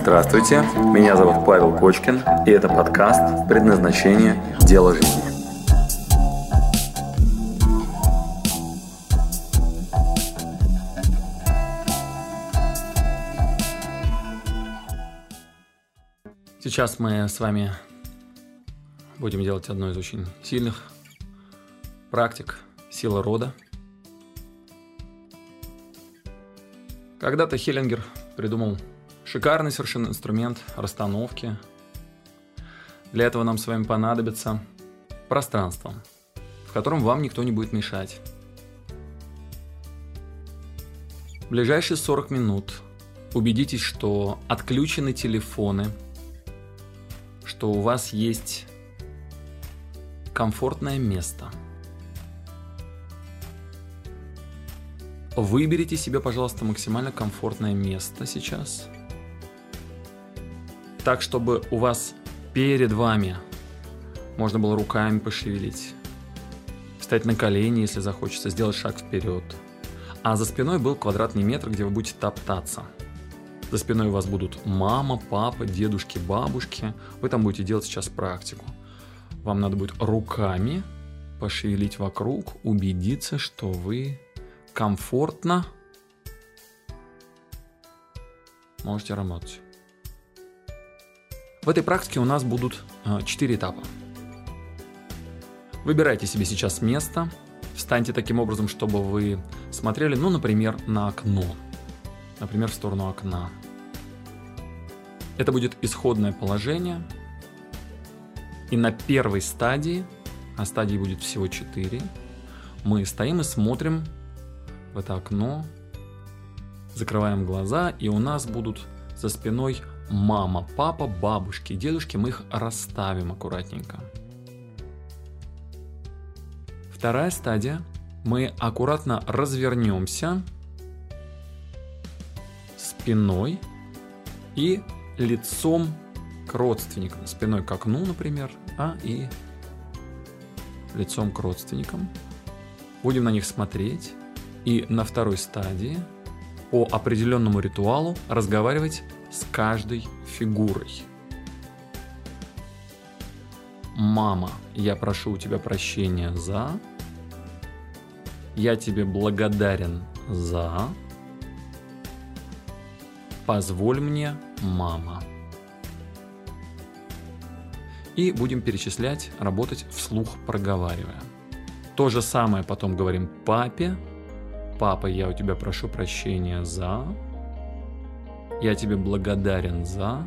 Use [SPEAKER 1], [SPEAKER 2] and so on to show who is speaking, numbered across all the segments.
[SPEAKER 1] Здравствуйте, меня зовут Павел Кочкин, и это подкаст «Предназначение. Дело жизни». Сейчас мы с вами будем делать одну из очень сильных практик «Сила рода». Когда-то Хеллингер придумал шикарный совершенно инструмент расстановки. Для этого нам с вами понадобится пространство, в котором вам никто не будет мешать. В ближайшие 40 минут убедитесь, что отключены телефоны, что у вас есть комфортное место. Выберите себе, пожалуйста, максимально комфортное место сейчас, так, чтобы у вас перед вами можно было руками пошевелить, встать на колени, если захочется, сделать шаг вперед. А за спиной был квадратный метр, где вы будете топтаться. За спиной у вас будут мама, папа, дедушки, бабушки. Вы там будете делать сейчас практику. Вам надо будет руками пошевелить вокруг, убедиться, что вы комфортно можете работать. В этой практике у нас будут 4 этапа. Выбирайте себе сейчас место, встаньте таким образом, чтобы вы смотрели, например, на окно, например, в сторону окна. Это будет исходное положение, и на первой стадии, а стадий будет всего 4, мы стоим и смотрим в это окно, закрываем глаза, и у нас будут за спиной мама, папа, бабушки, дедушки. Мы их расставим аккуратненько. Вторая стадия. Мы аккуратно развернемся спиной и лицом к родственникам. Спиной к окну, например, и лицом к родственникам. Будем на них смотреть. И на второй стадии по определенному ритуалу разговаривать с каждой фигурой. Мама, я прошу у тебя прощения за. Я тебе благодарен за. Позволь мне, мама. И будем перечислять, работать вслух, проговаривая. То же самое потом говорим папе. Папа, я у тебя прошу прощения за. Я тебе благодарен за.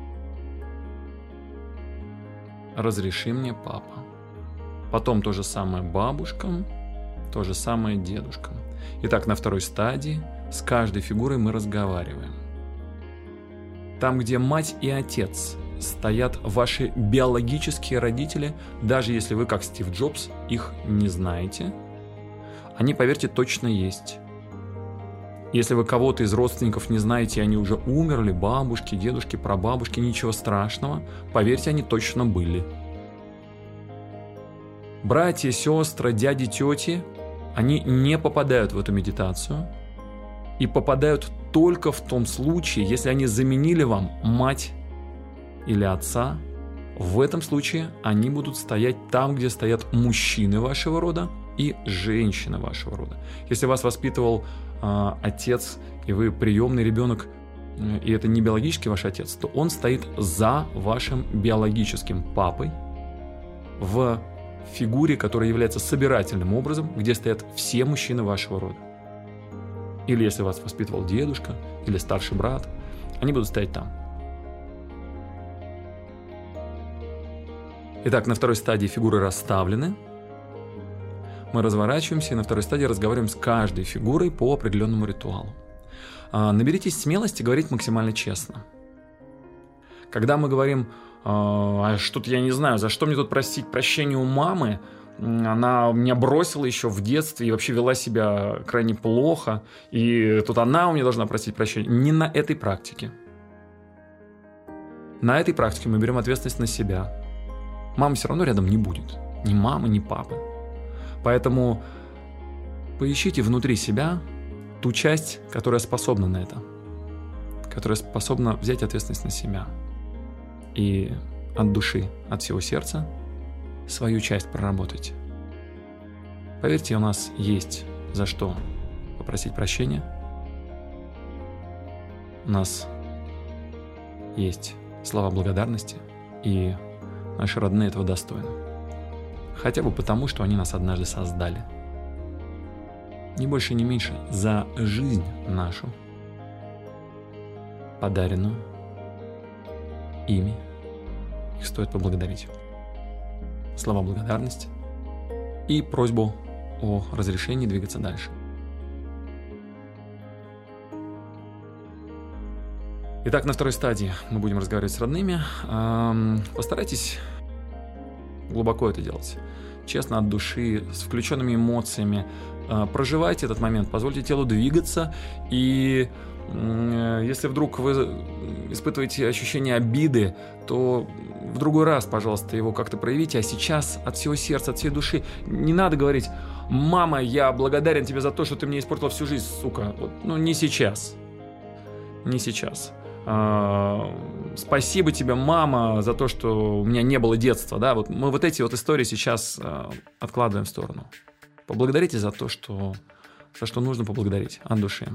[SPEAKER 1] Разреши мне, папа. Потом то же самое бабушкам, то же самое дедушкам. Итак, на второй стадии с каждой фигурой мы разговариваем. Там, где мать и отец, стоят ваши биологические родители, даже если вы, как Стив Джобс, их не знаете, они, поверьте, точно есть. Если вы кого-то из родственников не знаете, и они уже умерли, бабушки, дедушки, прабабушки, ничего страшного, поверьте, они точно были. Братья, сестры, дяди, тети, они не попадают в эту медитацию и попадают только в том случае, если они заменили вам мать или отца. В этом случае они будут стоять там, где стоят мужчины вашего рода и женщины вашего рода. Если вас воспитывал отец, и вы приемный ребенок, и это не биологический ваш отец, то он стоит за вашим биологическим папой в фигуре, которая является собирательным образом, где стоят все мужчины вашего рода. Или если вас воспитывал дедушка или старший брат, они будут стоять там. Итак, на второй стадии фигуры расставлены. Мы разворачиваемся и на второй стадии разговариваем с каждой фигурой по определенному ритуалу. Наберитесь смелости говорить максимально честно. Когда мы говорим, что-то я не знаю, за что мне тут просить прощения у мамы, она меня бросила еще в детстве и вообще вела себя крайне плохо, и тут она у меня должна просить прощения. Не на этой практике. На этой практике мы берем ответственность на себя. Мамы все равно рядом не будет. Ни мамы, ни папы. Поэтому поищите внутри себя ту часть, которая способна на это. которая способна взять ответственность на себя и от души, от всего сердца свою часть проработать. Поверьте, у нас есть за что попросить прощения. У нас есть слова благодарности, и наши родные этого достойны. Хотя бы потому, что они нас однажды создали. Ни больше, ни меньше за жизнь нашу, подаренную ими, их стоит поблагодарить. Слова благодарности и просьбу о разрешении двигаться дальше. Итак, на второй стадии мы будем разговаривать с родными. Постарайтесь глубоко это делать. Честно, от души, с включенными эмоциями. Проживайте этот момент, позвольте телу двигаться. И если вдруг вы испытываете ощущение обиды, то в другой раз, пожалуйста, его как-то проявите. А сейчас от всего сердца, от всей души не надо говорить: «Мама, я благодарен тебе за то, что ты мне испортила всю жизнь, сука». Вот, не сейчас. Не сейчас. Спасибо тебе, мама, за то, что у меня не было детства. Да? Вот мы вот эти вот истории сейчас откладываем в сторону. Поблагодарите за то, за что нужно поблагодарить от души.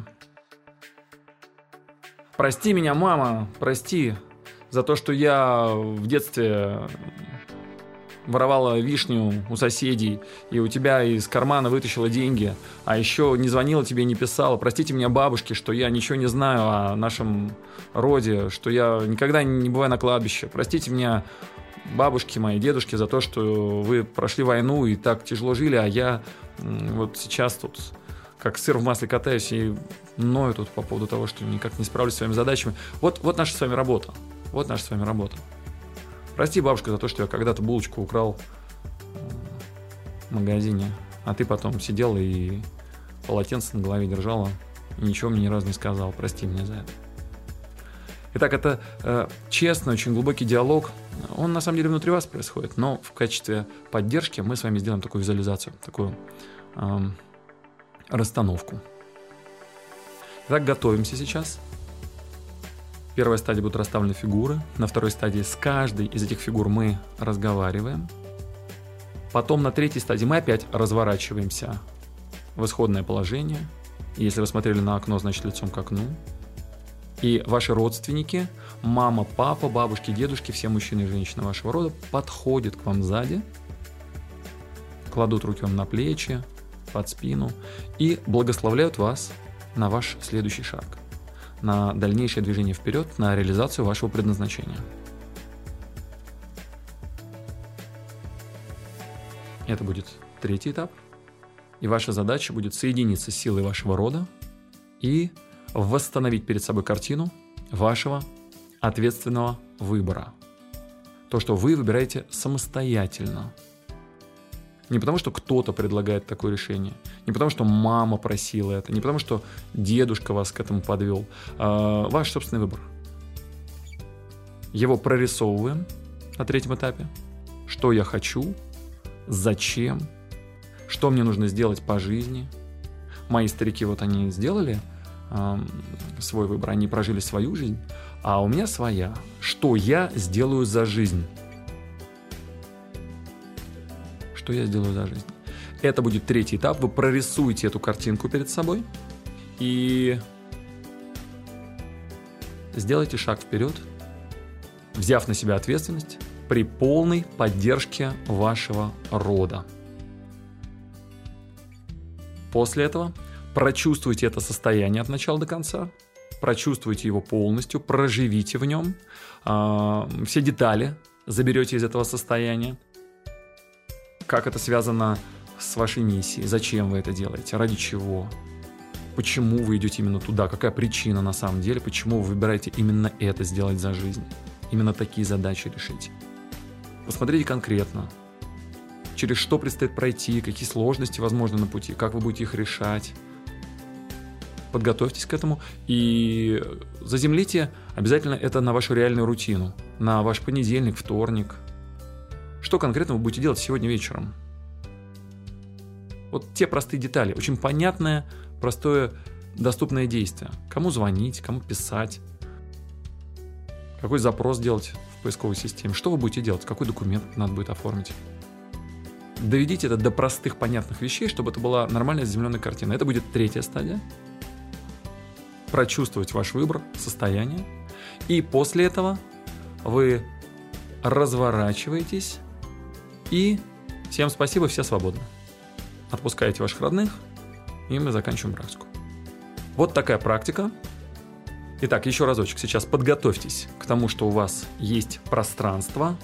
[SPEAKER 1] Прости меня, мама, прости за то, что я в детстве воровала вишню у соседей и у тебя из кармана вытащила деньги, а еще не звонила тебе, не писала. Простите меня, бабушки, что я ничего не знаю о нашем роде, что я никогда не бываю на кладбище. Простите меня, бабушки мои, дедушки, за то, что вы прошли войну и так тяжело жили, а я вот сейчас тут как сыр в масле катаюсь и ною тут по поводу того, что никак не справлюсь с своими задачами. Вот наша с вами работа. Вот наша с вами работа. Прости, бабушка, за то, что я когда-то булочку украл в магазине, а ты потом сидела и полотенце на голове держала и ничего мне ни разу не сказал. Прости меня за это. Итак, это честный, очень глубокий диалог. Он на самом деле внутри вас происходит, но в качестве поддержки мы с вами сделаем такую визуализацию, такую расстановку. Итак, готовимся сейчас. Первая стадия будут расставлены фигуры. На второй стадии с каждой из этих фигур мы разговариваем. Потом на третьей стадии мы опять разворачиваемся в исходное положение. И если вы смотрели на окно, значит лицом к окну. И ваши родственники, мама, папа, бабушки, дедушки, все мужчины и женщины вашего рода подходят к вам сзади, кладут руки вам на плечи, под спину и благословляют вас на ваш следующий шаг, на дальнейшее движение вперед, на реализацию вашего предназначения. Это будет третий этап. И ваша задача будет соединиться с силой вашего рода и восстановить перед собой картину вашего ответственного выбора. То, что вы выбираете самостоятельно. Не потому, что кто-то предлагает такое решение, не потому, что мама просила это, не потому, что дедушка вас к этому подвел. Ваш собственный выбор. Его прорисовываем на третьем этапе. Что я хочу, зачем, что мне нужно сделать по жизни. Мои старики, вот они сделали свой выбор, они прожили свою жизнь, а у меня своя. Что я сделаю за жизнь? Что я сделаю за жизнь? Это будет третий этап. Вы прорисуете эту картинку перед собой и сделайте шаг вперед, взяв на себя ответственность при полной поддержке вашего рода. После этого прочувствуйте это состояние от начала до конца, прочувствуйте его полностью, проживите в нем, все детали заберете из этого состояния. Как это связано с вашей миссией, зачем вы это делаете, ради чего, почему вы идете именно туда, какая причина на самом деле, почему вы выбираете именно это сделать за жизнь, именно такие задачи решить. Посмотрите конкретно, через что предстоит пройти, какие сложности возможны на пути, как вы будете их решать. Подготовьтесь к этому и заземлите обязательно это на вашу реальную рутину, на ваш понедельник, вторник. Что конкретно вы будете делать сегодня вечером? Вот те простые детали, очень понятное, простое, доступное действие. Кому звонить, кому писать, какой запрос делать в поисковой системе, что вы будете делать, какой документ надо будет оформить. Доведите это до простых, понятных вещей, чтобы это была нормальная заземленная картина. Это будет третья стадия. Прочувствовать ваш выбор, состояние. И после этого вы разворачиваетесь и всем спасибо, все свободны. Отпускаете ваших родных, и мы заканчиваем практику. Вот такая практика. Итак, еще разочек. Сейчас подготовьтесь к тому, что у вас есть пространство.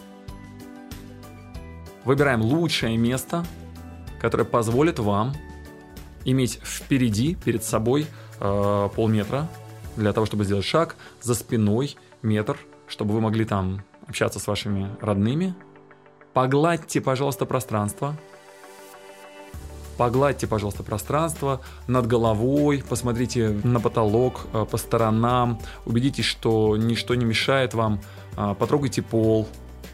[SPEAKER 1] Выбираем лучшее место, которое позволит вам иметь впереди, перед собой полметра, для того, чтобы сделать шаг, за спиной метр, чтобы вы могли там общаться с вашими родными. Погладьте, пожалуйста, пространство. Погладьте, пожалуйста, пространство над головой, посмотрите на потолок, по сторонам, убедитесь, что ничто не мешает вам, потрогайте пол.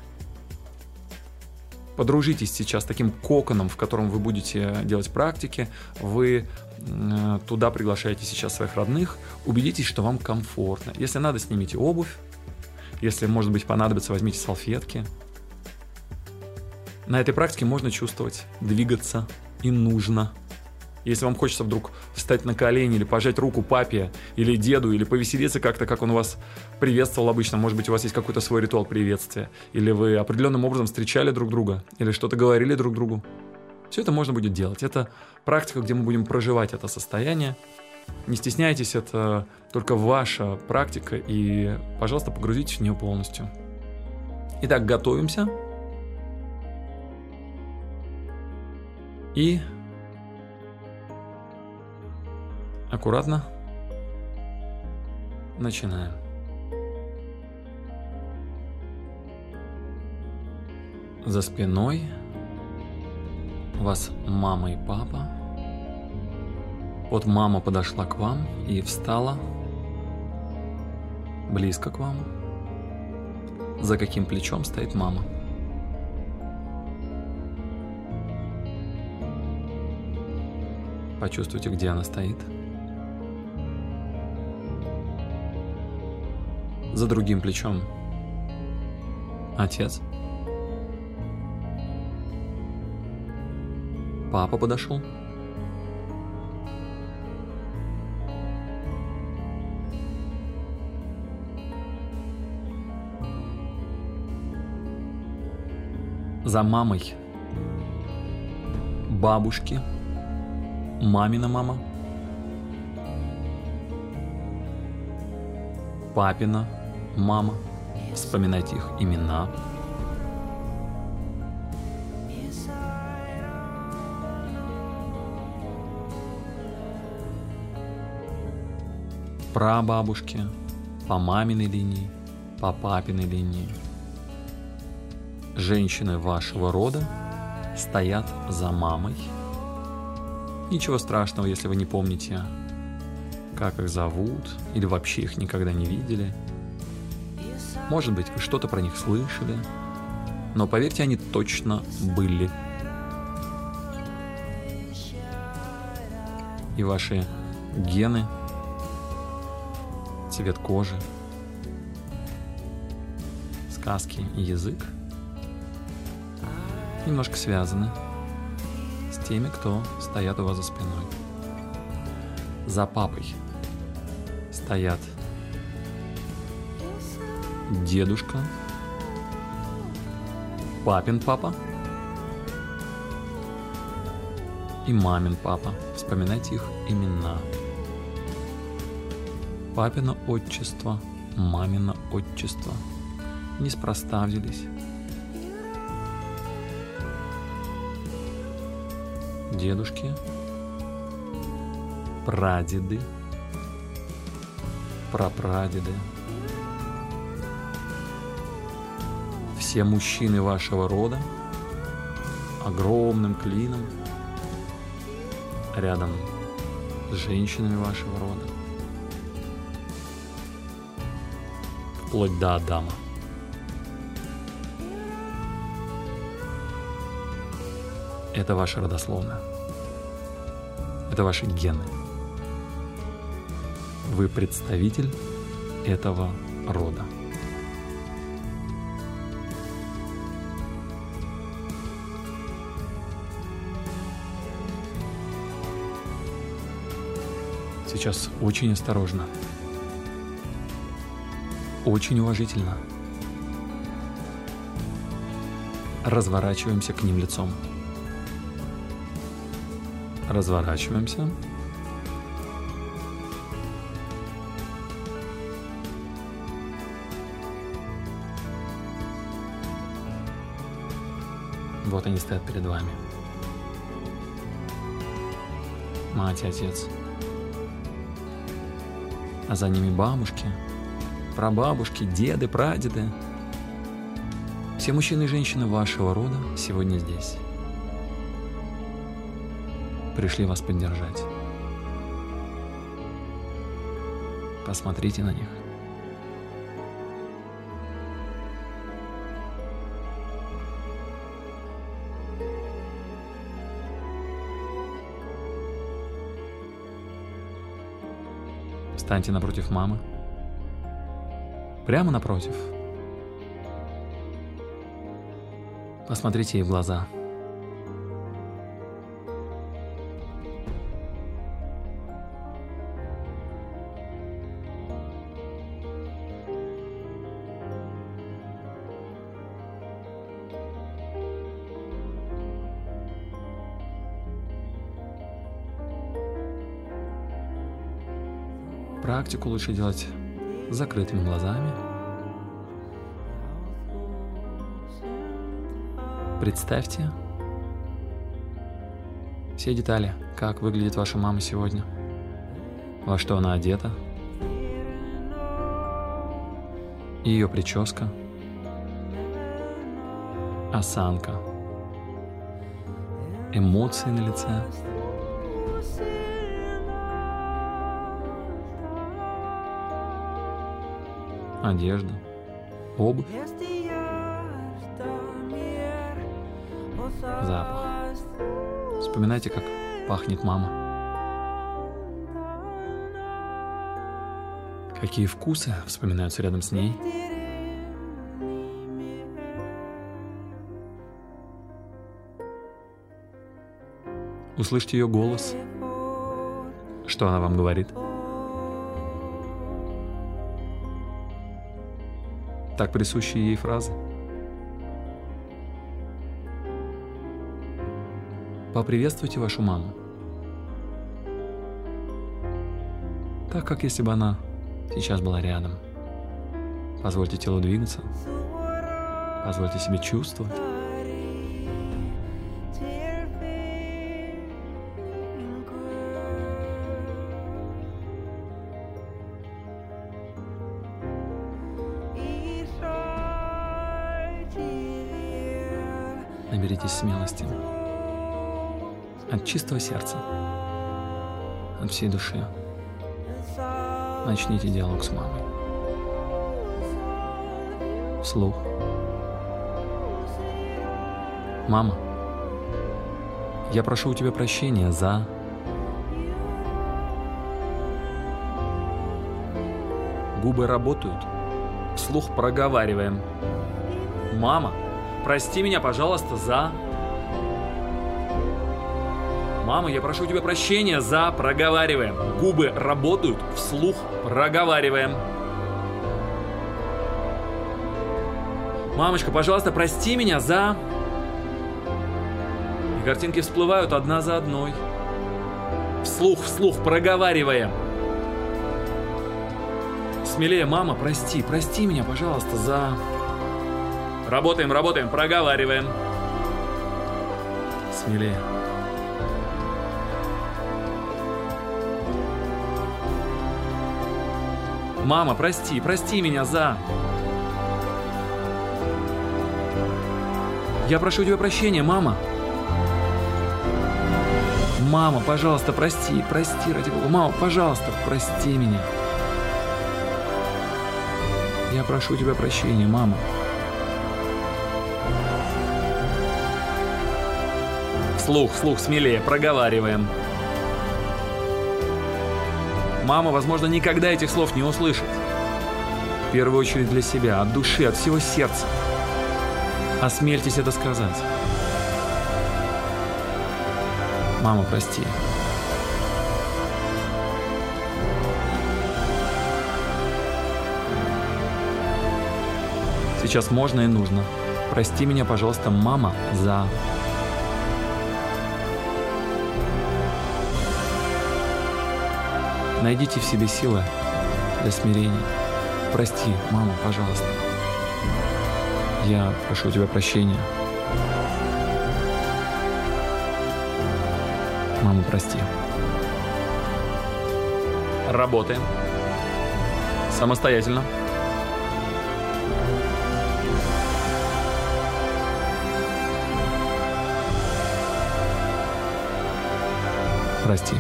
[SPEAKER 1] Подружитесь сейчас с таким коконом, в котором вы будете делать практики. Вы туда приглашаете сейчас своих родных. Убедитесь, что вам комфортно. Если надо, снимите обувь. Если, может быть, понадобится, возьмите салфетки. На этой практике можно чувствовать, двигаться и нужно. Если вам хочется вдруг встать на колени или пожать руку папе или деду, или повеселиться как-то, как он вас приветствовал обычно, может быть, у вас есть какой-то свой ритуал приветствия, или вы определенным образом встречали друг друга, или что-то говорили друг другу, все это можно будет делать. Это практика, где мы будем проживать это состояние. Не стесняйтесь, это только ваша практика, и, пожалуйста, погрузитесь в нее полностью. Итак, готовимся. И аккуратно начинаем. За спиной у вас мама и папа. Вот мама подошла к вам и встала близко к вам. За каким плечом стоит мама? Почувствуйте, где она стоит. За другим плечом отец. Папа подошел. За мамой бабушки, мамина мама, папина мама. Вспоминайте их имена. Прабабушки по маминой линии, по папиной линии. Женщины вашего рода стоят за мамой. Ничего страшного, если вы не помните, как их зовут, или вообще их никогда не видели. Может быть, вы что-то про них слышали, но поверьте, они точно были. И ваши гены, цвет кожи, сказки и язык немножко связаны с теми, кто стоят у вас за спиной. За папой стоят дедушка, папин папа и мамин папа. Вспоминайте их имена. Папино отчество, мамино отчество неспроста взялись. Дедушки, прадеды, прапрадеды. Все мужчины вашего рода огромным клином рядом с женщинами вашего рода, вплоть до Адама. Это ваша родословная. Это ваши гены. Вы представитель этого рода. Сейчас очень осторожно, очень уважительно разворачиваемся к ним лицом. Разворачиваемся. Вот они стоят перед вами. Мать и отец. А за ними бабушки, прабабушки, деды, прадеды. Все мужчины и женщины вашего рода сегодня здесь. Пришли вас поддержать. Посмотрите на них. Встаньте напротив мамы. Прямо напротив. Посмотрите ей в глаза. Практику лучше делать с закрытыми глазами. Представьте все детали, как выглядит ваша мама сегодня, во что она одета, ее прическа, осанка, эмоции на лице. Одежда, обувь, запах. Вспоминайте, как пахнет мама. Какие вкусы вспоминаются рядом с ней. Услышьте ее голос. Что она вам говорит? Так присущие ей фразы. Поприветствуйте вашу маму. Так, как если бы она сейчас была рядом. Позвольте телу двигаться. Позвольте себе чувствовать. Наберитесь смелости от чистого сердца, от всей души. Начните диалог с мамой. Вслух. Мама, я прошу у тебя прощения за... Губы работают. Вслух проговариваем. Мама, прости меня, пожалуйста, за... Мама, я прошу у тебя прощения за... Проговариваем. Губы работают, вслух проговариваем. Мамочка, пожалуйста, прости меня за... И картинки всплывают одна за одной. Вслух проговариваем. Смелее, мама, прости меня, пожалуйста, за... Работаем, проговариваем. Смелее. Мама, прости меня за... Я прошу у тебя прощения, мама. Мама, пожалуйста, прости, ради Бога. Мама, пожалуйста, прости меня. Я прошу у тебя прощения, мама. Вслух, смелее, проговариваем. Мама, возможно, никогда этих слов не услышит. В первую очередь для себя, от души, от всего сердца. Осмельтесь это сказать. Мама, прости. Сейчас можно и нужно. Прости меня, пожалуйста, мама, за... Найдите в себе силы для смирения. Прости, мама, пожалуйста. Я прошу у тебя прощения. Мама, прости. Работаем. Самостоятельно. Прости.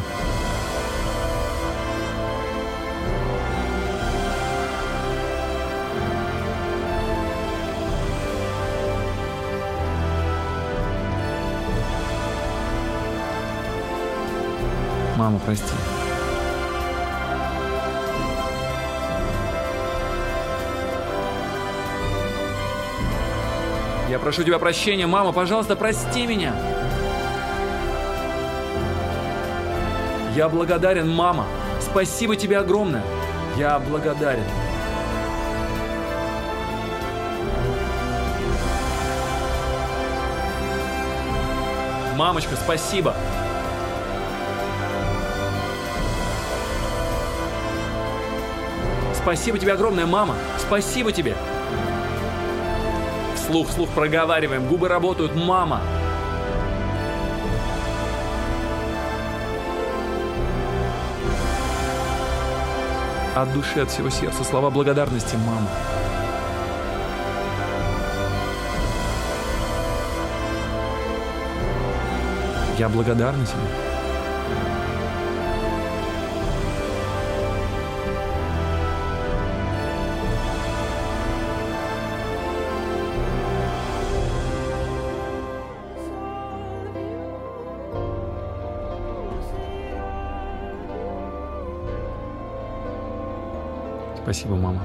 [SPEAKER 1] Мама, прости. Я прошу тебя прощения, мама, пожалуйста, прости меня. Я благодарен, мама. Спасибо тебе огромное. Я благодарен. Мамочка, спасибо. Спасибо тебе огромное, мама. Спасибо тебе. Вслух проговариваем. Губы работают. Мама. От души, от всего сердца слова благодарности, мама. Я благодарна тебе. Спасибо, мама.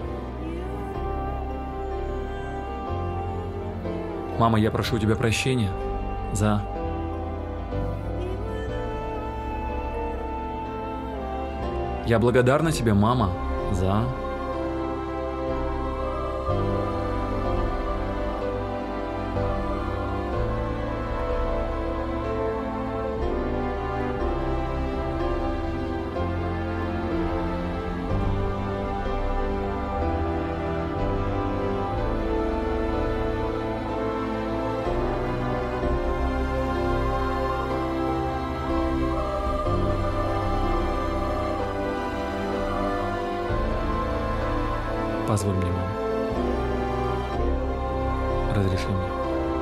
[SPEAKER 1] Мама, я прошу у тебя прощения за... Я благодарна тебе, мама, за... Позволь мне, мама. Разреши мне.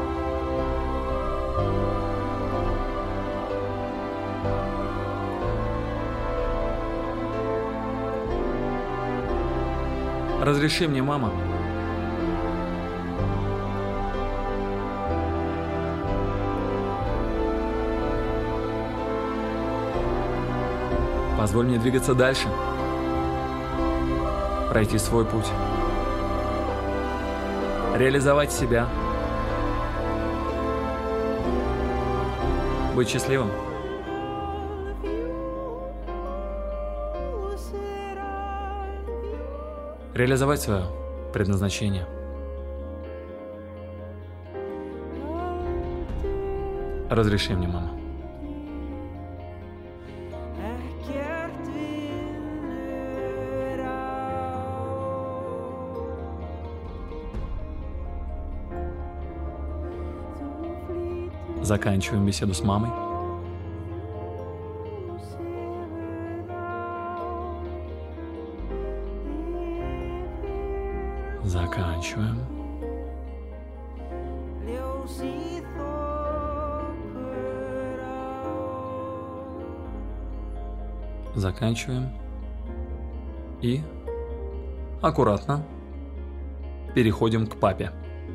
[SPEAKER 1] Разреши мне, мама. Позволь мне двигаться дальше. Пройти свой путь. Реализовать себя. Быть счастливым. Реализовать свое предназначение. Разреши мне, мама. Заканчиваем беседу с мамой. Заканчиваем. Заканчиваем. И аккуратно переходим к папе.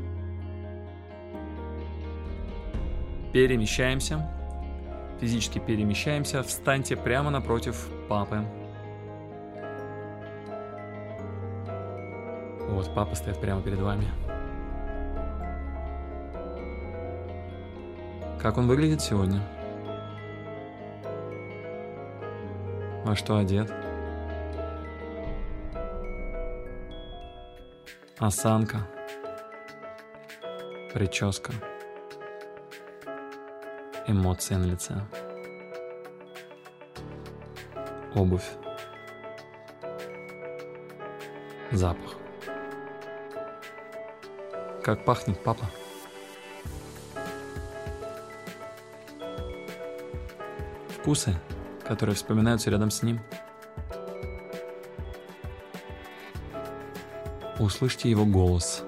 [SPEAKER 1] Перемещаемся. Физически перемещаемся. Встаньте прямо напротив папы. Вот, папа стоит прямо перед вами. Как он выглядит сегодня? Во что одет? Осанка, прическа, эмоции на лице, обувь, запах. Как пахнет папа? Вкусы, которые вспоминаются рядом с ним. Услышьте его голос.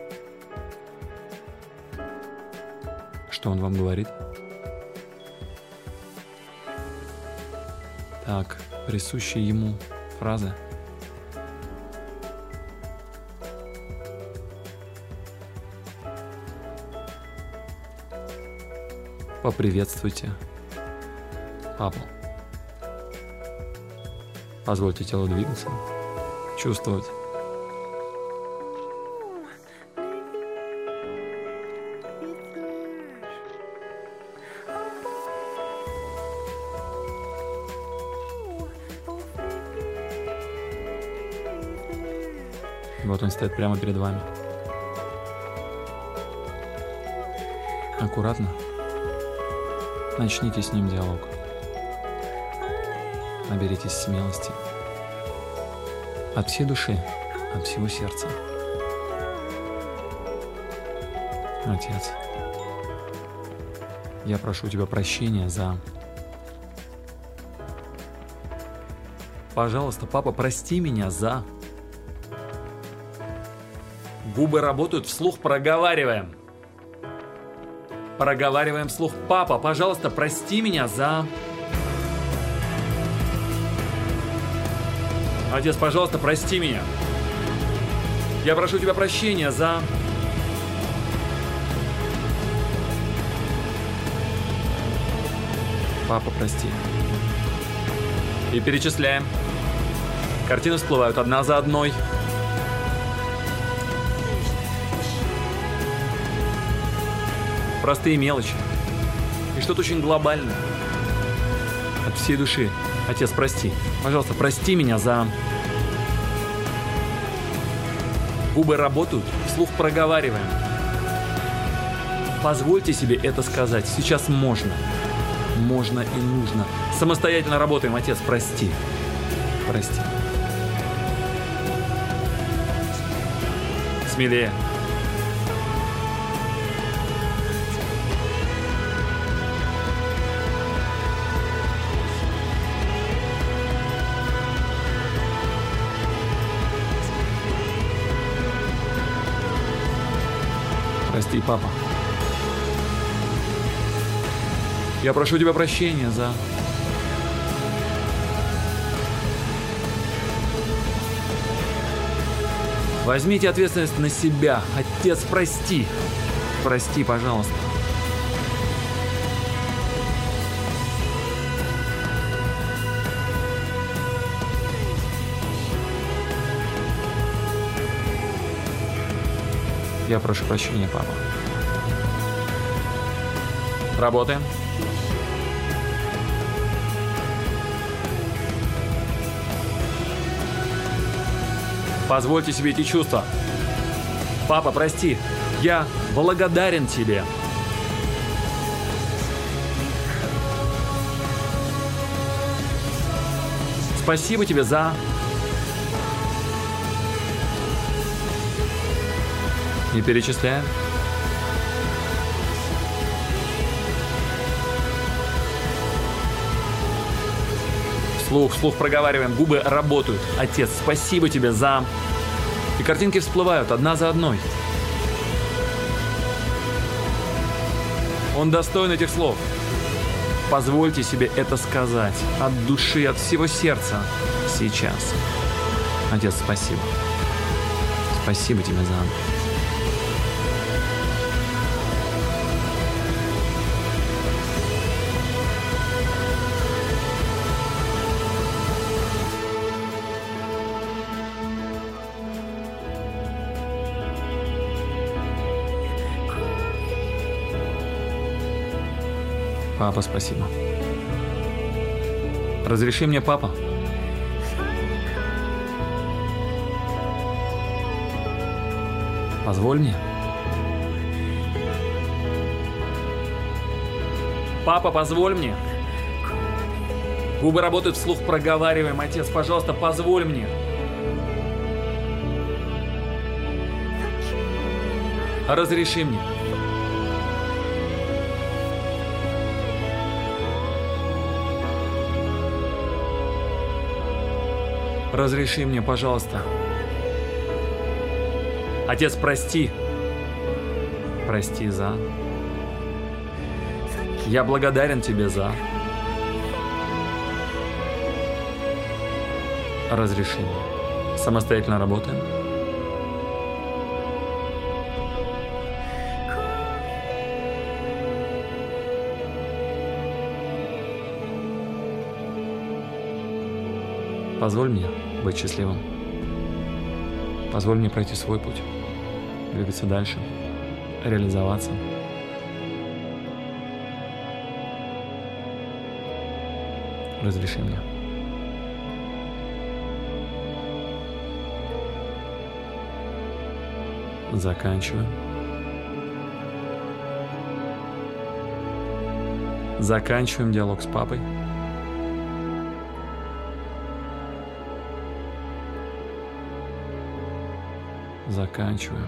[SPEAKER 1] Что он вам говорит? Так, присущие ему фразы. Поприветствуйте папу. Позвольте телу двигаться, чувствовать. Вот он стоит прямо перед вами. Аккуратно начните с ним диалог. Наберитесь смелости. От всей души, от всего сердца. Отец, я прошу тебя прощения за... Пожалуйста, папа, прости меня за... Губы работают, вслух проговариваем. Проговариваем вслух. Папа, пожалуйста, прости меня за... Отец, пожалуйста, прости меня. Я прошу тебя прощения за... Папа, прости. И перечисляем. Картины всплывают одна за одной. Простые мелочи. И что-то очень глобальное. От всей души. Отец, прости. Пожалуйста, прости меня за... Губы работают, вслух проговариваем. Позвольте себе это сказать. Сейчас можно. Можно и нужно. Самостоятельно работаем. Отец, прости. Прости. Смелее. Прости, папа. Я прошу тебя прощения за... Возьмите ответственность на себя. Отец, прости. Прости, пожалуйста. Я прошу прощения, папа. Работаем. Позвольте себе эти чувства. Папа, прости. Я благодарен тебе. Спасибо тебе за... И перечисляем. Вслух проговариваем. Губы работают. Отец, спасибо тебе за... И картинки всплывают одна за одной. Он достоин этих слов. Позвольте себе это сказать. От души, от всего сердца. Сейчас. Отец, спасибо. Спасибо тебе за... Папа, спасибо. Разреши мне, папа. Позволь мне. Папа, позволь мне. Губы работают вслух, проговариваем. Отец, пожалуйста, позволь мне. Разреши мне. Разреши мне, пожалуйста. Отец, прости. Прости за. Я благодарен тебе за. Разреши мне. Самостоятельно работаем. Позволь мне быть счастливым. Позволь мне пройти свой путь, двигаться дальше, реализоваться. Разреши мне. Заканчиваем. Заканчиваем диалог с папой. Заканчиваем.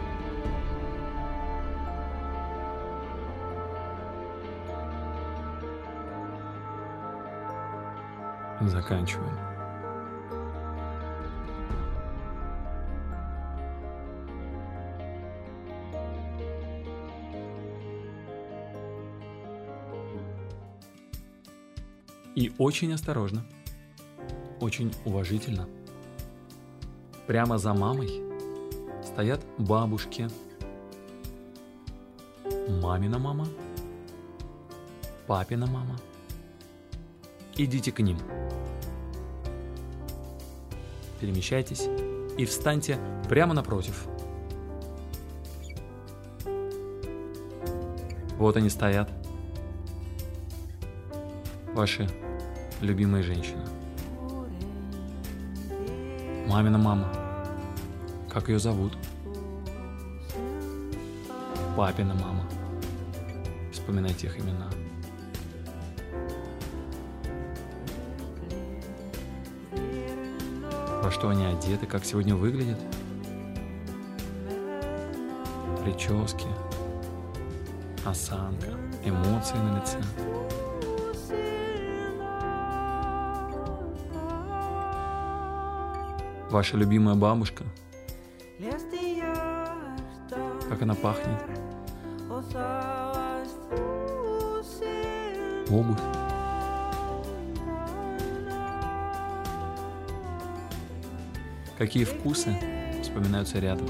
[SPEAKER 1] Заканчиваем. И очень осторожно, очень уважительно, прямо за мамой стоят бабушки. Мамина мама, папина мама. Идите к ним. Перемещайтесь и встаньте прямо напротив. Вот они стоят. Ваши любимые женщины. Мамина мама. Как ее зовут? Папина мама. Вспоминайте их имена. Во что они одеты, как сегодня выглядят. Прически, осанка, эмоции на лице. Ваша любимая бабушка. Как она пахнет. Обувь. Какие вкусы вспоминаются рядом.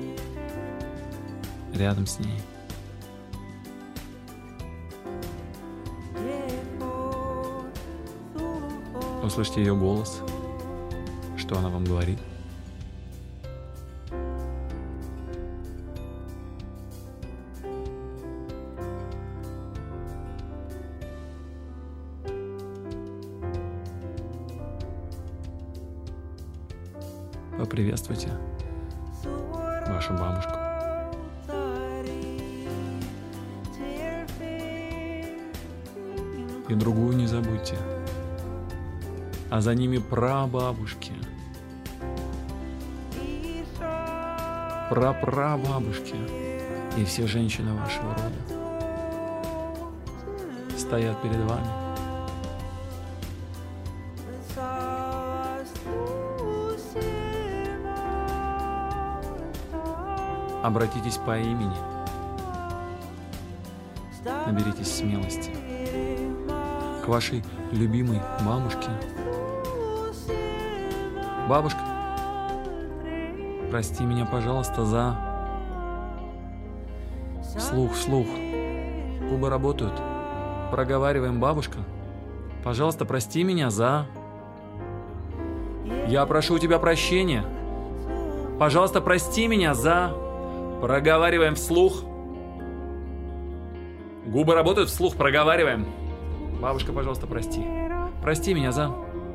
[SPEAKER 1] Рядом с ней. Услышьте ее голос. Что она вам говорит? Поприветствуйте вашу бабушку. И другую не забудьте. А за ними прабабушки. Прапрабабушки. И все женщины вашего рода стоят перед вами. Обратитесь по имени. Наберитесь смелости. К вашей любимой бабушке. Бабушка, прости меня, пожалуйста, за... Вслух. Губы работают. Проговариваем, бабушка. Пожалуйста, прости меня за... Я прошу у тебя прощения. Пожалуйста, прости меня за... Проговариваем вслух. Губы работают, вслух проговариваем. Бабушка, пожалуйста, прости. Прости меня за...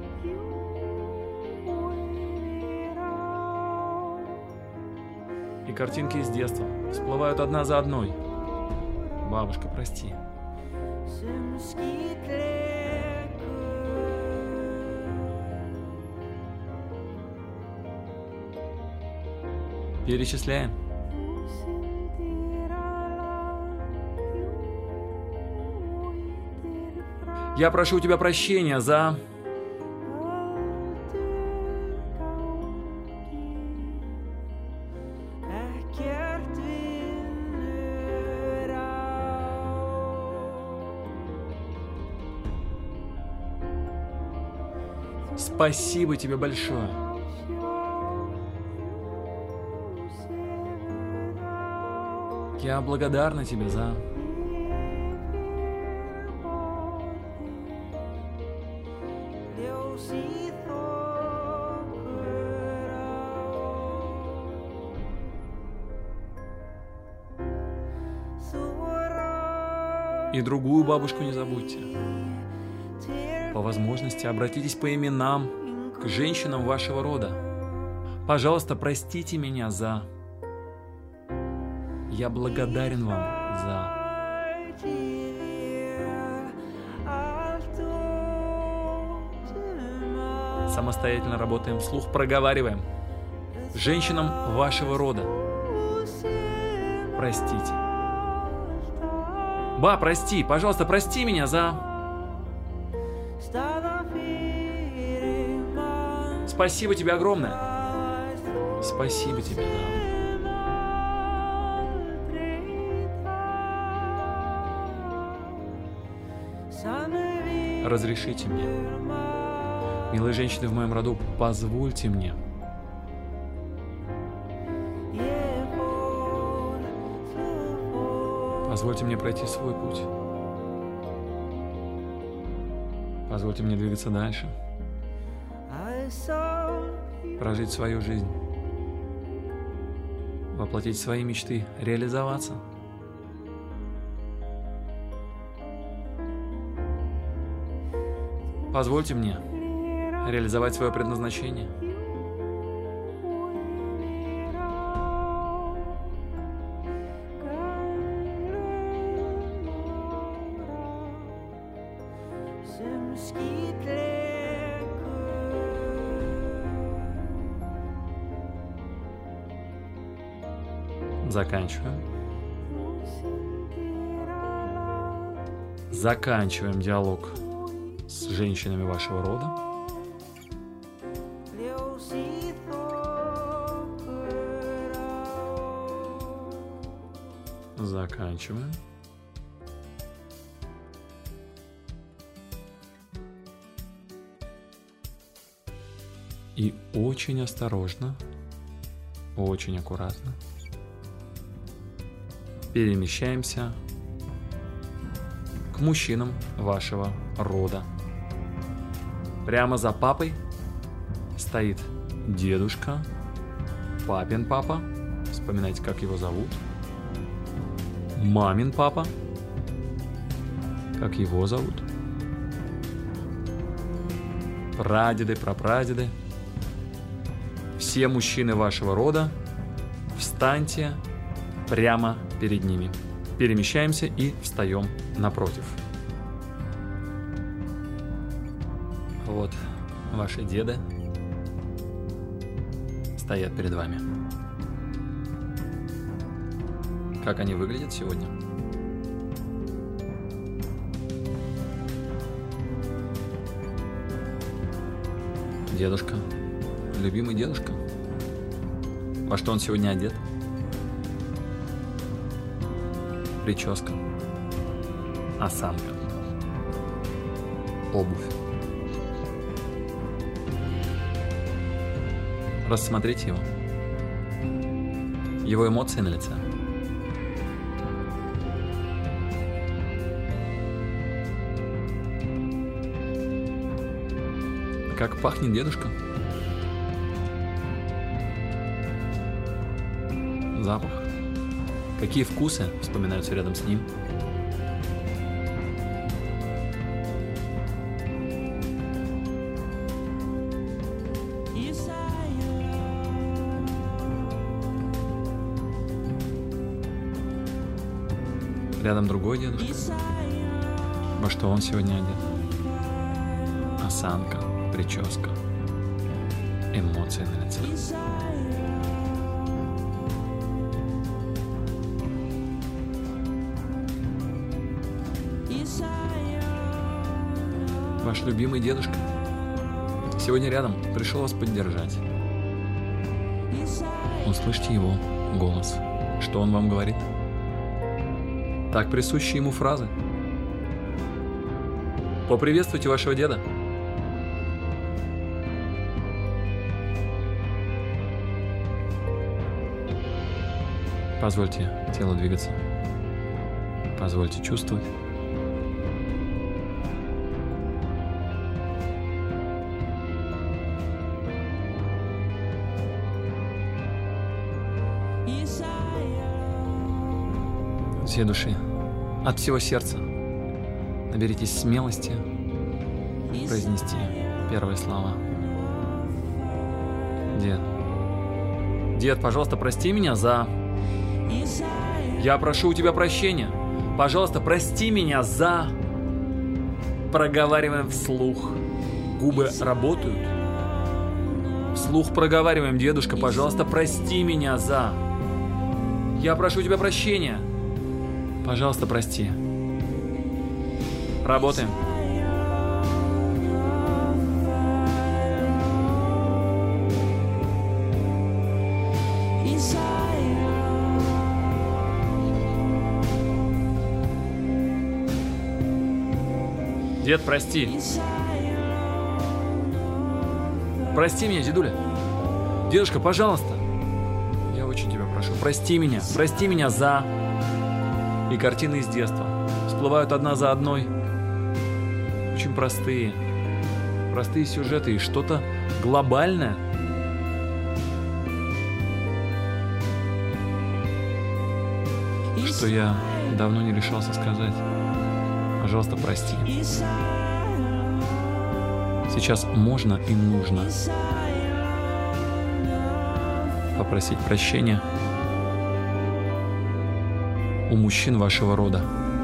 [SPEAKER 1] И картинки из детства всплывают одна за одной. Бабушка, прости. Перечисляем. Я прошу у тебя прощения за... Спасибо тебе большое. Я благодарна тебе за... И другую бабушку не забудьте. По возможности обратитесь по именам к женщинам вашего рода. Пожалуйста, простите меня за... Я благодарен вам за... Самостоятельно работаем вслух, проговариваем. Женщинам вашего рода. Простите. Ба, прости, пожалуйста, прости меня за... Спасибо тебе огромное. Спасибо тебе, да. Разрешите мне. Милые женщины в моем роду, позвольте мне. Позвольте мне пройти свой путь. Позвольте мне двигаться дальше. Прожить свою жизнь. Воплотить свои мечты. Реализоваться. Позвольте мне реализовать свое предназначение. Заканчиваем. Заканчиваем диалог с женщинами вашего рода. Заканчиваем. И очень осторожно, очень аккуратно перемещаемся к мужчинам вашего рода. Прямо за папой стоит дедушка, папин папа, вспоминайте, как его зовут, мамин папа, как его зовут, прадеды, прапрадеды, все мужчины вашего рода, встаньте прямо перед ними. Перемещаемся и встаем напротив. Вот ваши деды стоят перед вами. Как они выглядят сегодня? Дедушка, любимый дедушка. Во что он сегодня одет? Прическа, осанка, обувь. Рассмотрите его. Его эмоции на лице. Как пахнет дедушка? Запах. Какие вкусы вспоминаются рядом с ним? Рядом другой дедушка. Во что он сегодня одет? Осанка, прическа, эмоции на лице. Ваш любимый дедушка сегодня рядом, пришел вас поддержать. Услышьте его голос. Что он вам говорит? Так присущие ему фразы. Поприветствуйте вашего деда. Позвольте телу двигаться. Позвольте чувствовать. От всей души, от всего сердца наберитесь смелости произнести первые слова. Дед, пожалуйста, прости меня за... Я прошу у тебя прощения. Пожалуйста, прости меня за... Проговариваем вслух. Губы работают. Вслух проговариваем. Дедушка, пожалуйста, прости меня за... Я прошу у тебя прощения. Пожалуйста, прости. Работаем. Дед, прости. Прости меня, дедуля. Дедушка, пожалуйста. Я очень тебя прошу. Прости меня за... И картины из детства всплывают одна за одной. Очень простые сюжеты и что-то глобальное. Что я давно не решался сказать. Пожалуйста, прости. Сейчас можно и нужно попросить прощения у мужчин вашего рода.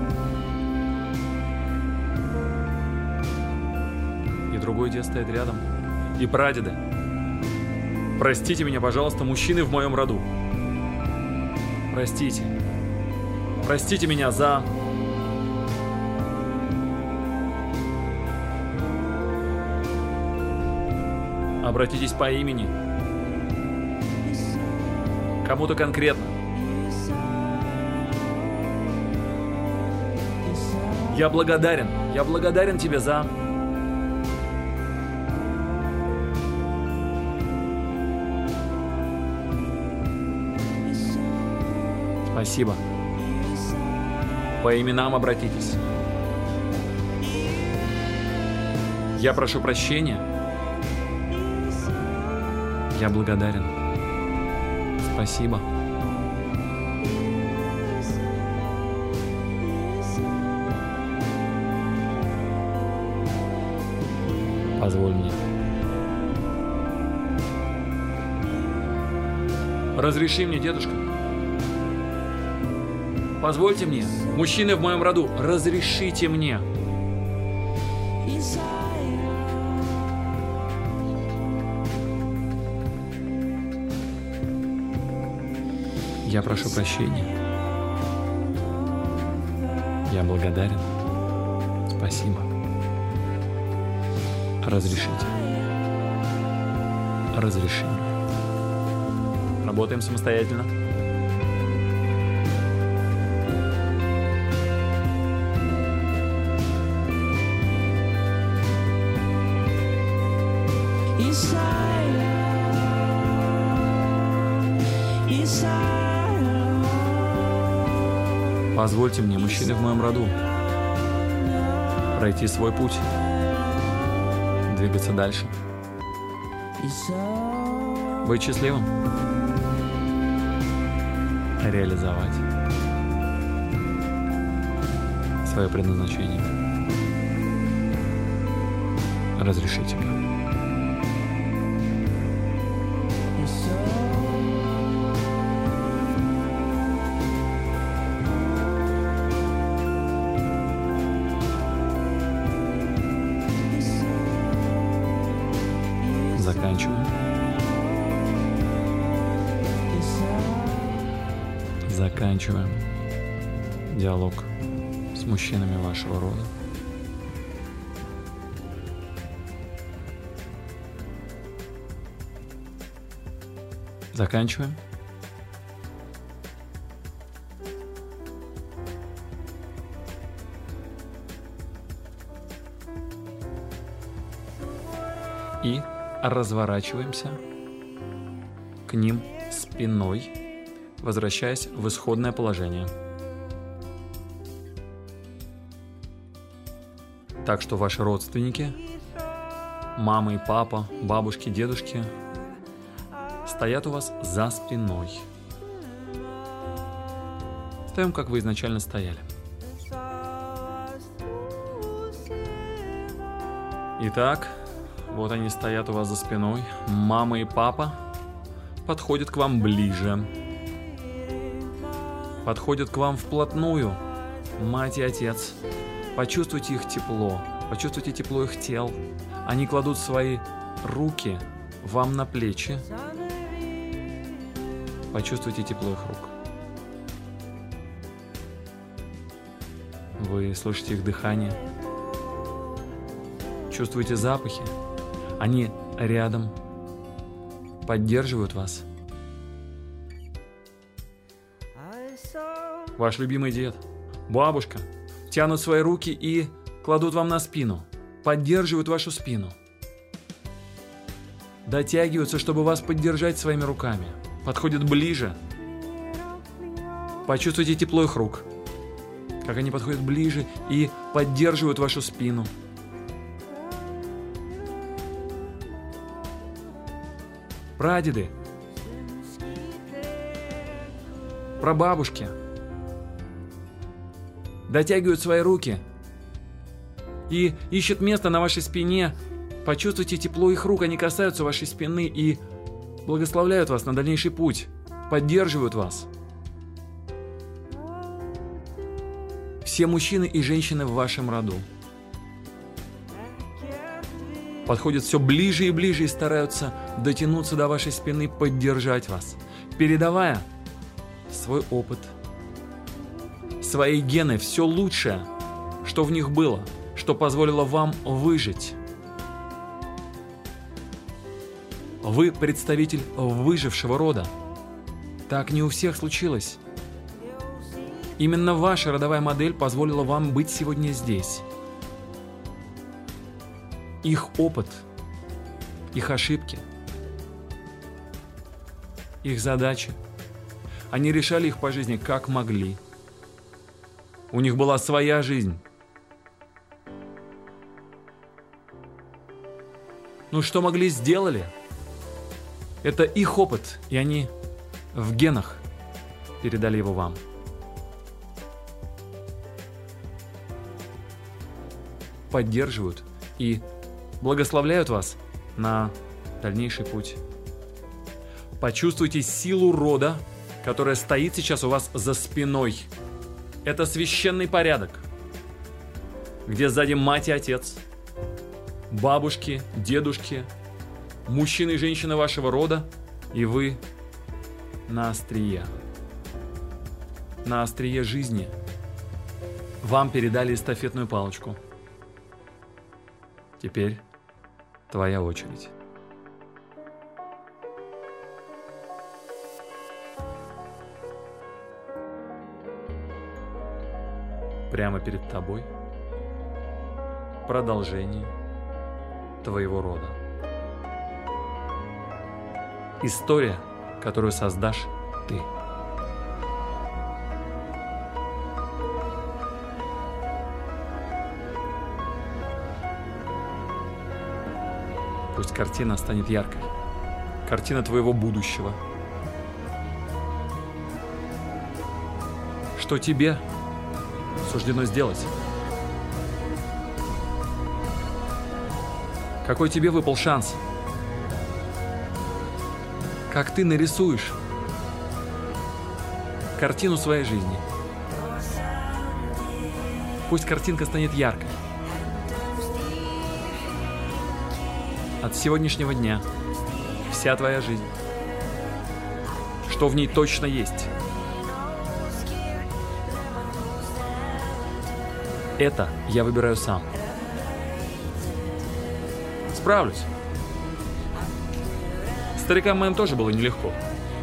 [SPEAKER 1] И другой дед стоит рядом. И прадеды. Простите меня, пожалуйста, мужчины в моем роду. Простите. Простите меня за... Обратитесь по имени. Кому-то конкретно. Я благодарен тебе за... Спасибо. По именам обратитесь. Я прошу прощения. Я благодарен. Спасибо. Позволь мне. Разреши мне, дедушка. Позвольте мне. Мужчины в моем роду, разрешите мне. Я прошу прощения. Я благодарен. Спасибо. Разрешите. Разреши. Работаем самостоятельно. Позвольте мне, мужчины в моем роду, пройти свой путь, двигаться дальше, быть счастливым, реализовать свое предназначение. Разрешите мне. Заканчиваем. Заканчиваем диалог с мужчинами вашего рода. Заканчиваем. И разворачиваемся к ним спиной, возвращаясь в исходное положение. Так что ваши родственники, мама и папа, бабушки, дедушки, стоят у вас за спиной. Стоим, как вы изначально стояли. Итак, вот они стоят у вас за спиной. Мама и папа подходят к вам ближе. Подходят к вам вплотную. Мать и отец. Почувствуйте их тепло. Почувствуйте тепло их тел. Они кладут свои руки вам на плечи. Почувствуйте тепло их рук. Вы слышите их дыхание. Чувствуете запахи. Они рядом. Поддерживают вас. Ваш любимый дед, бабушка тянут свои руки и кладут вам на спину. Поддерживают вашу спину. Дотягиваются, чтобы вас поддержать своими руками. Подходят ближе. Почувствуйте тепло их рук. Как они подходят ближе и поддерживают вашу спину. Прадеды. Прабабушки. Дотягивают свои руки и ищут место на вашей спине. Почувствуйте тепло их рук, они касаются вашей спины и благословляют вас на дальнейший путь, поддерживают вас. Все мужчины и женщины в вашем роду подходят все ближе и ближе и стараются дотянуться до вашей спины, поддержать вас, передавая свой опыт, свои гены, все лучшее, что в них было, что позволило вам выжить. Вы представитель выжившего рода. Так не у всех случилось. Именно ваша родовая модель позволила вам быть сегодня здесь. Их опыт, их ошибки, их задачи. Они решали их по жизни как могли. У них была своя жизнь. Ну что могли, сделали. Это их опыт, и они в генах передали его вам. Поддерживают и благословляют вас на дальнейший путь. Почувствуйте силу рода, которая стоит сейчас у вас за спиной. Это священный порядок, где сзади мать и отец, бабушки, дедушки, мужчины и женщины вашего рода, и вы на острие. На острие жизни. Вам передали эстафетную палочку. Теперь твоя очередь. Прямо перед тобой продолжение твоего рода. История, которую создашь ты. Пусть картина станет яркой. Картина твоего будущего. Что тебе суждено сделать? Какой тебе выпал шанс? Как ты нарисуешь картину своей жизни? Пусть картинка станет яркой. От сегодняшнего дня вся твоя жизнь? Что в ней точно есть? Это я выбираю сам. Справлюсь. Старикам моим тоже было нелегко.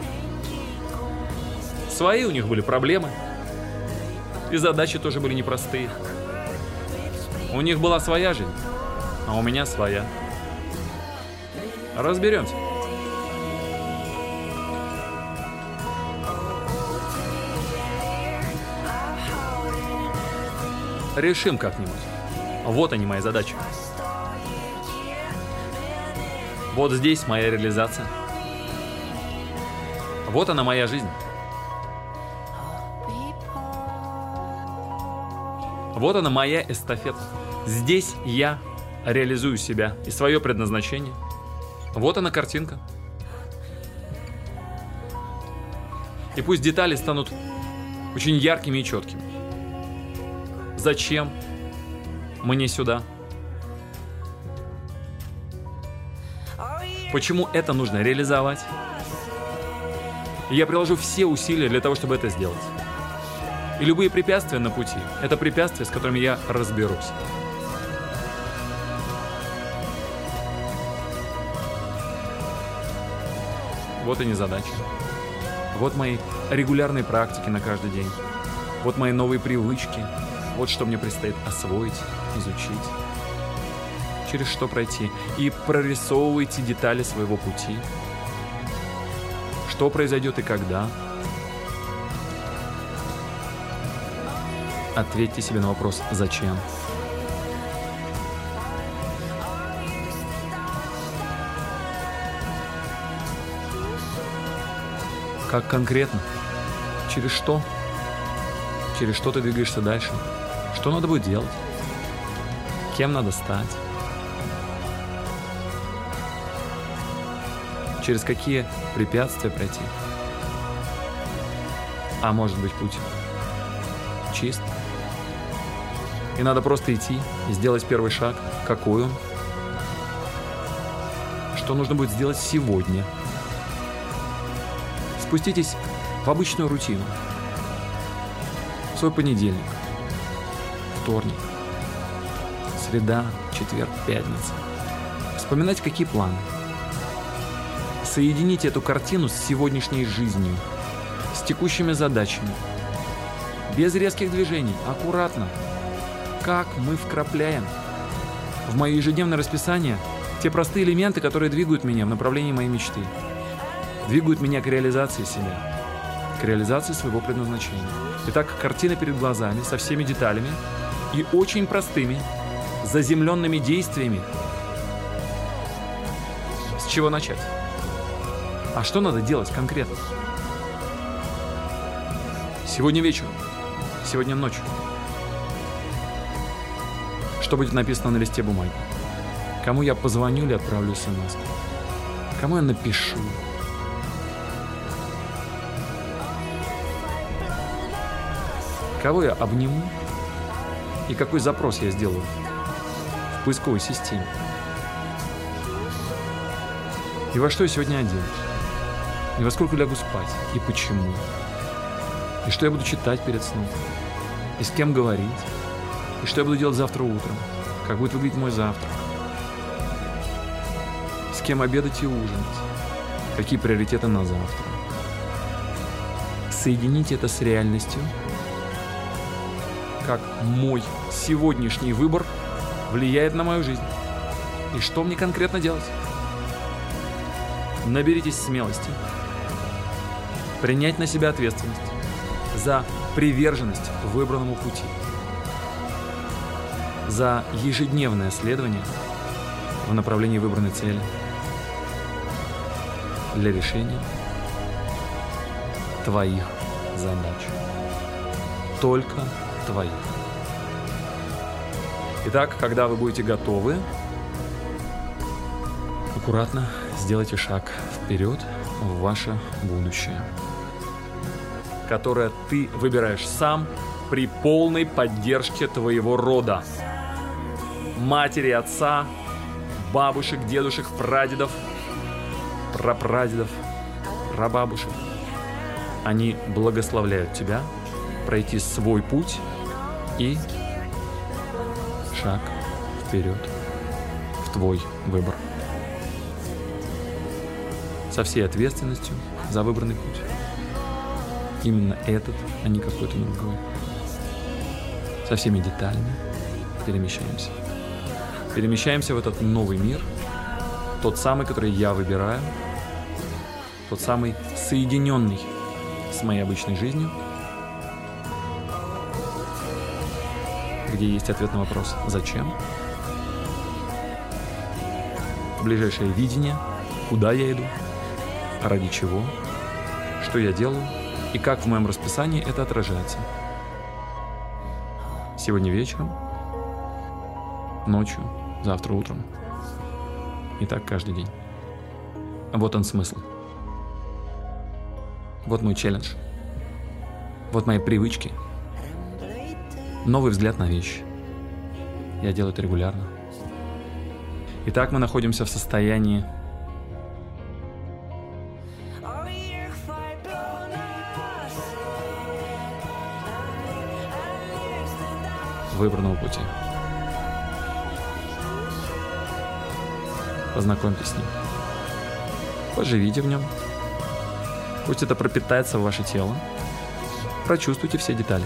[SPEAKER 1] Свои у них были проблемы. И задачи тоже были непростые. У них была своя жизнь, а у меня своя. Разберемся. Решим как-нибудь. Вот они, мои задачи. Вот здесь моя реализация. Вот она, моя жизнь. Вот она, моя эстафета. Здесь я реализую себя и свое предназначение. Вот она, картинка. И пусть детали станут очень яркими и четкими. Зачем мне сюда? Почему это нужно реализовать? И я приложу все усилия для того, чтобы это сделать. И любые препятствия на пути – это препятствия, с которыми я разберусь. Вот они задачи. Вот мои регулярные практики на каждый день. Вот мои новые привычки. Вот что мне предстоит освоить, изучить. Через что пройти. И прорисовывайте детали своего пути. Что произойдет и когда. Ответьте себе на вопрос «Зачем?». Как конкретно? Через что? Через что ты двигаешься дальше? Что надо будет делать? Кем надо стать? Через какие препятствия пройти? А может быть, путь чист? И надо просто идти и сделать первый шаг. Какой он? Что нужно будет сделать сегодня? Спуститесь в обычную рутину. В свой понедельник, вторник, среда, четверг, пятница. Вспоминайте, какие планы. Соедините эту картину с сегодняшней жизнью, с текущими задачами. Без резких движений, аккуратно. Как мы вкрапляем в мое ежедневное расписание те простые элементы, которые двигают меня в направлении моей мечты. Двигают меня к реализации себя, к реализации своего предназначения. Итак, картина перед глазами со всеми деталями и очень простыми, заземленными действиями. С чего начать? А что надо делать конкретно? Сегодня вечером, сегодня ночью. Что будет написано на листе бумаги? Кому я позвоню или отправлю смс? Кому я напишу? Кого я обниму? И какой запрос я сделаю в поисковой системе? И во что я сегодня оденусь? И во сколько лягу спать? И почему? И что я буду читать перед сном? И с кем говорить? И что я буду делать завтра утром? Как будет выглядеть мой завтрак? С кем обедать и ужинать? Какие приоритеты на завтра? Соедините это с реальностью. Как мой сегодняшний выбор влияет на мою жизнь. И что мне конкретно делать? Наберитесь смелости. Принять на себя ответственность за приверженность выбранному пути. За ежедневное следование в направлении выбранной цели. Для решения твоих задач. Только твоих. Итак, когда вы будете готовы, аккуратно сделайте шаг вперед в ваше будущее, которое ты выбираешь сам при полной поддержке твоего рода. Матери, отца, бабушек, дедушек, прадедов, прапрадедов, прабабушек. Они благословляют тебя пройти свой путь и шаг вперед в твой выбор. Со всей ответственностью за выбранный путь. Именно этот, а не какой-то другой. Со всеми деталями перемещаемся. Перемещаемся в этот новый мир, тот самый, который я выбираю, тот самый соединенный с моей обычной жизнью, где есть ответ на вопрос «Зачем?», ближайшее видение, куда я иду, ради чего, что я делаю и как в моем расписании это отражается. Сегодня вечером, ночью, завтра утром. И так каждый день. Вот он смысл. Вот мой челлендж. Вот мои привычки. Новый взгляд на вещи. Я делаю это регулярно. Итак, мы находимся в состоянии выбранного пути. Познакомьтесь с ним. Поживите в нем. Пусть это пропитается в ваше тело. Прочувствуйте все детали.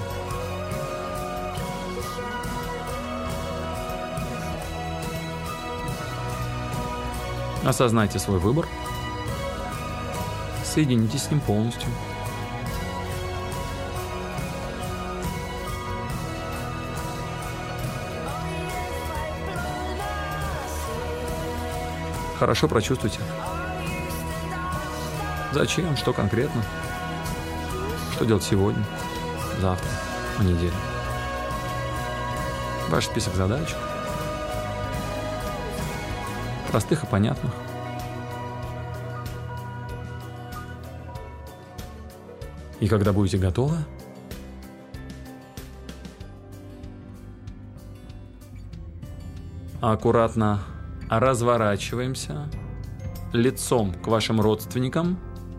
[SPEAKER 1] Осознайте свой выбор. Соединитесь с ним полностью. Хорошо прочувствуйте. Зачем? Что конкретно? Что делать сегодня, завтра, на неделе? Ваш список задач. Простых и понятных. И когда будете готовы, аккуратно разворачиваемся лицом к вашим родственникам.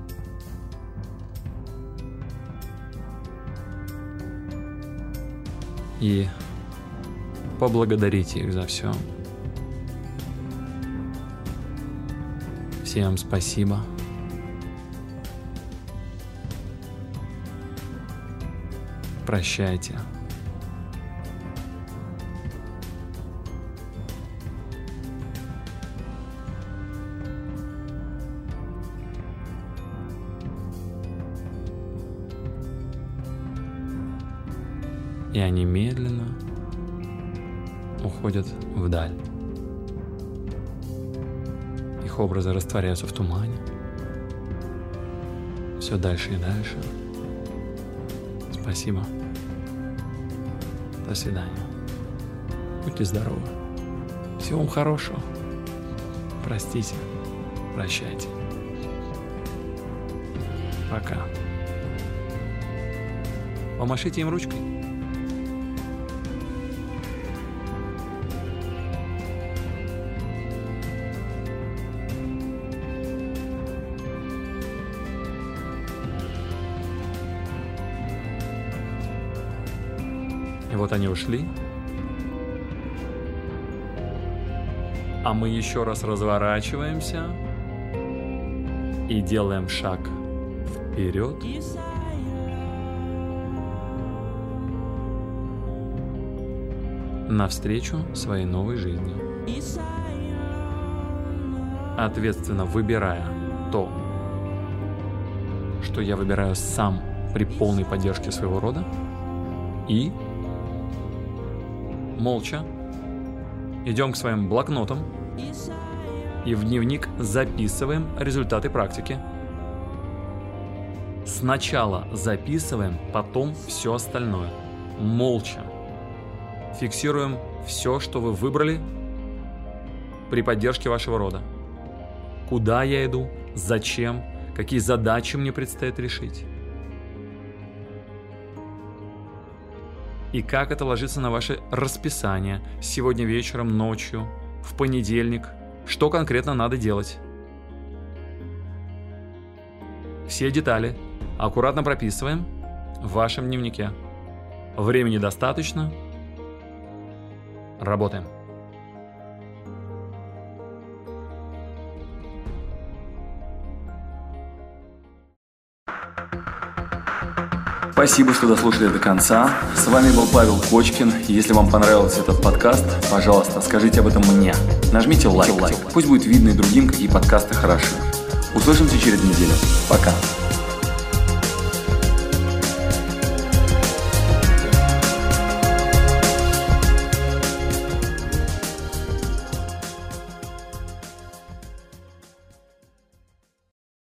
[SPEAKER 1] И поблагодарите их за все. Всем спасибо. Прощайте. И они медленно уходят вдаль. Их образы растворяются в тумане. Все дальше и дальше. Спасибо. До свидания. Будьте здоровы. Всего вам хорошего. Простите. Прощайте. Пока. Помашите им ручкой. И вот они ушли. А мы еще раз разворачиваемся и делаем шаг вперед. Навстречу своей новой жизни. Ответственно выбирая то, что я выбираю сам при полной поддержке своего рода, и молча идем к своим блокнотам и в дневник записываем результаты практики. Сначала записываем, потом все остальное. Молча. Фиксируем все, что вы выбрали при поддержке вашего рода. Куда я иду, зачем, какие задачи мне предстоит решить. И как это ложится на ваше расписание сегодня вечером, ночью, в понедельник, что конкретно надо делать. Все детали аккуратно прописываем в вашем дневнике. Времени достаточно. Работаем.
[SPEAKER 2] Спасибо, что дослушали до конца. С вами был Павел Кочкин. Если вам понравился этот подкаст, пожалуйста, скажите об этом мне. Нажмите лайк. Пусть будет видно и другим, какие подкасты хороши. Услышимся через неделю. Пока.